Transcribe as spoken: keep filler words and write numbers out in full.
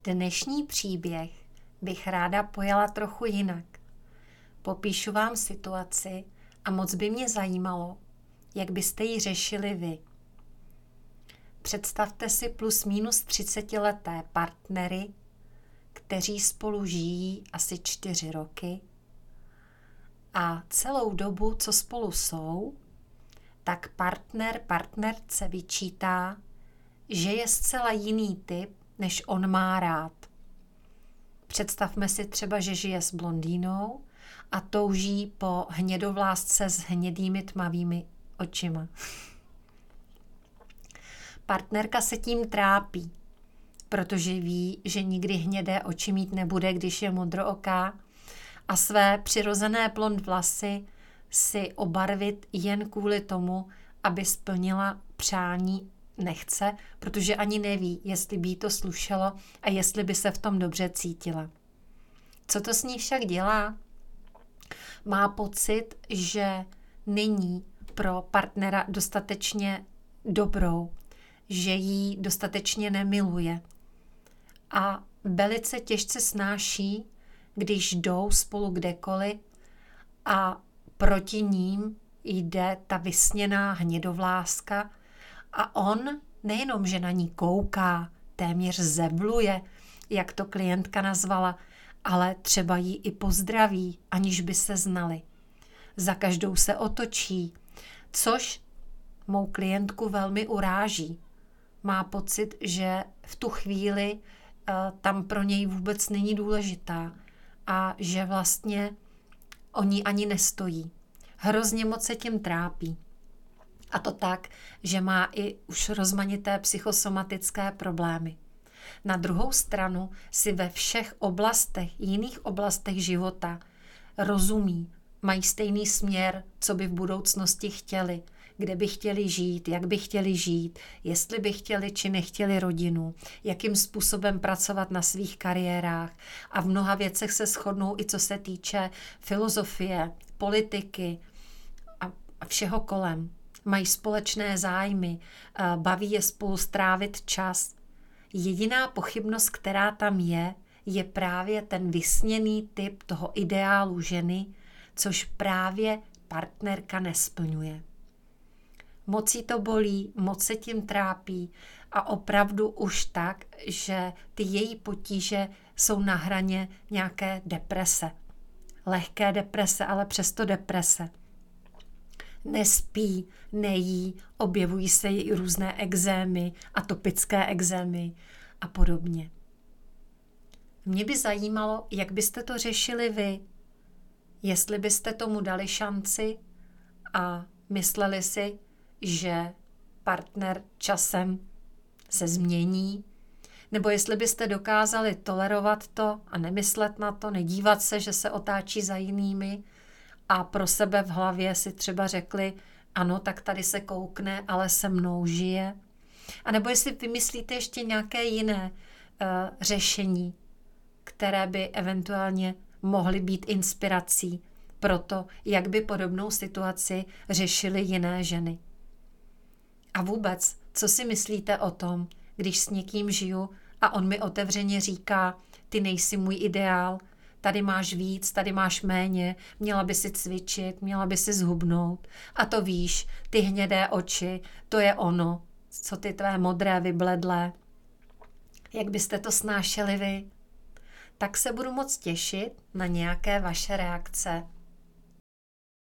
Dnešní příběh bych ráda pojala trochu jinak. Popíšu vám situaci a moc by mě zajímalo, jak byste ji řešili vy. Představte si plus minus třicetileté partnery, kteří spolu žijí asi čtyři roky a celou dobu, co spolu jsou, tak partner partnerce vyčítá, že je zcela jiný typ, než on má rád. Představme si třeba, že žije s blondýnou a touží po hnědovlásce s hnědými tmavými očima. Partnerka se tím trápí, protože ví, že nikdy hnědé oči mít nebude, když je modrooká, a své přirozené blond vlasy si obarvit jen kvůli tomu, aby splnila přání nechce, protože ani neví, jestli by jí to slušelo a jestli by se v tom dobře cítila. Co to s ní však dělá? Má pocit, že není pro partnera dostatečně dobrou, že jí dostatečně nemiluje a velice těžce snáší, když jdou spolu kdekoliv a proti ním jde ta vysněná hnědovláska a on nejenom, že na ní kouká, téměř zebluje, jak to klientka nazvala, ale třeba jí i pozdraví, aniž by se znali. Za každou se otočí, což mou klientku velmi uráží. Má pocit, že v tu chvíli uh, tam pro něj vůbec není důležitá a že vlastně o ní ani nestojí. Hrozně moc se tím trápí. A to tak, že má i už rozmanité psychosomatické problémy. Na druhou stranu si ve všech oblastech, jiných oblastech života rozumí, mají stejný směr, co by v budoucnosti chtěli, kde by chtěli žít, jak by chtěli žít, jestli by chtěli či nechtěli rodinu, jakým způsobem pracovat na svých kariérách a v mnoha věcech se shodnou i co se týče filozofie, politiky a všeho kolem. Mají společné zájmy, baví je spolu strávit čas. Jediná pochybnost, která tam je, je právě ten vysněný typ toho ideálu ženy, což právě partnerka nesplňuje. Moc jí to bolí, moc se tím trápí a opravdu už tak, že ty její potíže jsou na hraně nějaké deprese. Lehké deprese, ale přesto deprese. Nespí, nejí, objevují se jí různé ekzémy, atopické ekzémy a podobně. Mě by zajímalo, jak byste to řešili vy, jestli byste tomu dali šanci a mysleli si, že partner časem se změní, nebo jestli byste dokázali tolerovat to a nemyslet na to, nedívat se, že se otáčí za jinými, a pro sebe v hlavě si třeba řekli, ano, tak tady se koukne, ale se mnou žije. A nebo jestli vymyslíte ještě nějaké jiné uh, řešení, které by eventuálně mohly být inspirací pro to, jak by podobnou situaci řešily jiné ženy. A vůbec, co si myslíte o tom, když s někým žiju a on mi otevřeně říká, ty nejsi můj ideál, tady máš víc, tady máš méně, měla by si cvičit, měla by si zhubnout. A to víš, ty hnědé oči, to je ono, co ty tvé modré vybledlé. Jak byste to snášeli vy? Tak se budu moc těšit na nějaké vaše reakce.